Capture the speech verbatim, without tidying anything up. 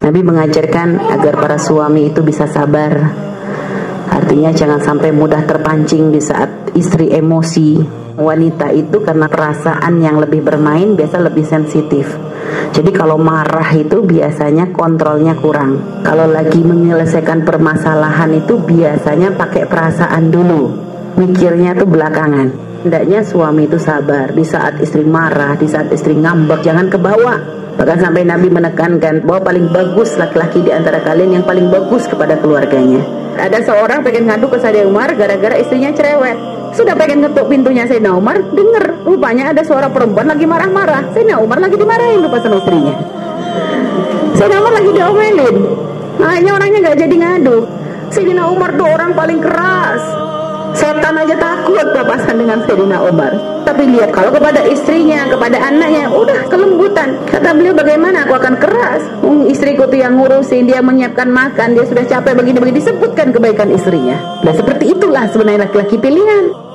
Nabi mengajarkan agar para suami itu bisa sabar. Artinya jangan sampai mudah terpancing di saat istri emosi. Wanita itu karena perasaan yang lebih bermain biasa lebih sensitif. Jadi kalau marah itu biasanya kontrolnya kurang. Kalau lagi menyelesaikan permasalahan itu biasanya pakai perasaan dulu, mikirnya tuh belakangan. Hendaknya suami itu sabar di saat istri marah, di saat istri ngambek, jangan kebawa. Bahkan sampai Nabi menekankan bahwa paling bagus laki-laki di antara kalian yang paling bagus kepada keluarganya. Ada seorang pengen ngadu ke Sayyidina Umar gara-gara istrinya cerewet. Sudah pengen ngetuk pintunya Sayyidina Umar, denger rupanya ada suara perempuan lagi marah-marah. Sayyidina Umar lagi dimarahin lupa sama istrinya. Sayyidina Umar lagi diomelin. Akhirnya orangnya gak jadi ngadu. Sayyidina Umar tuh orang paling keras. Setan aja takut papasan dengan Sayyidina Umar. Tapi lihat kalau kepada istrinya, kepada anaknya, udah kelembutan. Kata beliau, bagaimana aku akan keras? Um, istriku tuh yang ngurusin, dia menyiapkan makan, dia sudah capek begini-begini, disebutkan kebaikan istrinya. Nah seperti itulah sebenarnya laki-laki pilihan.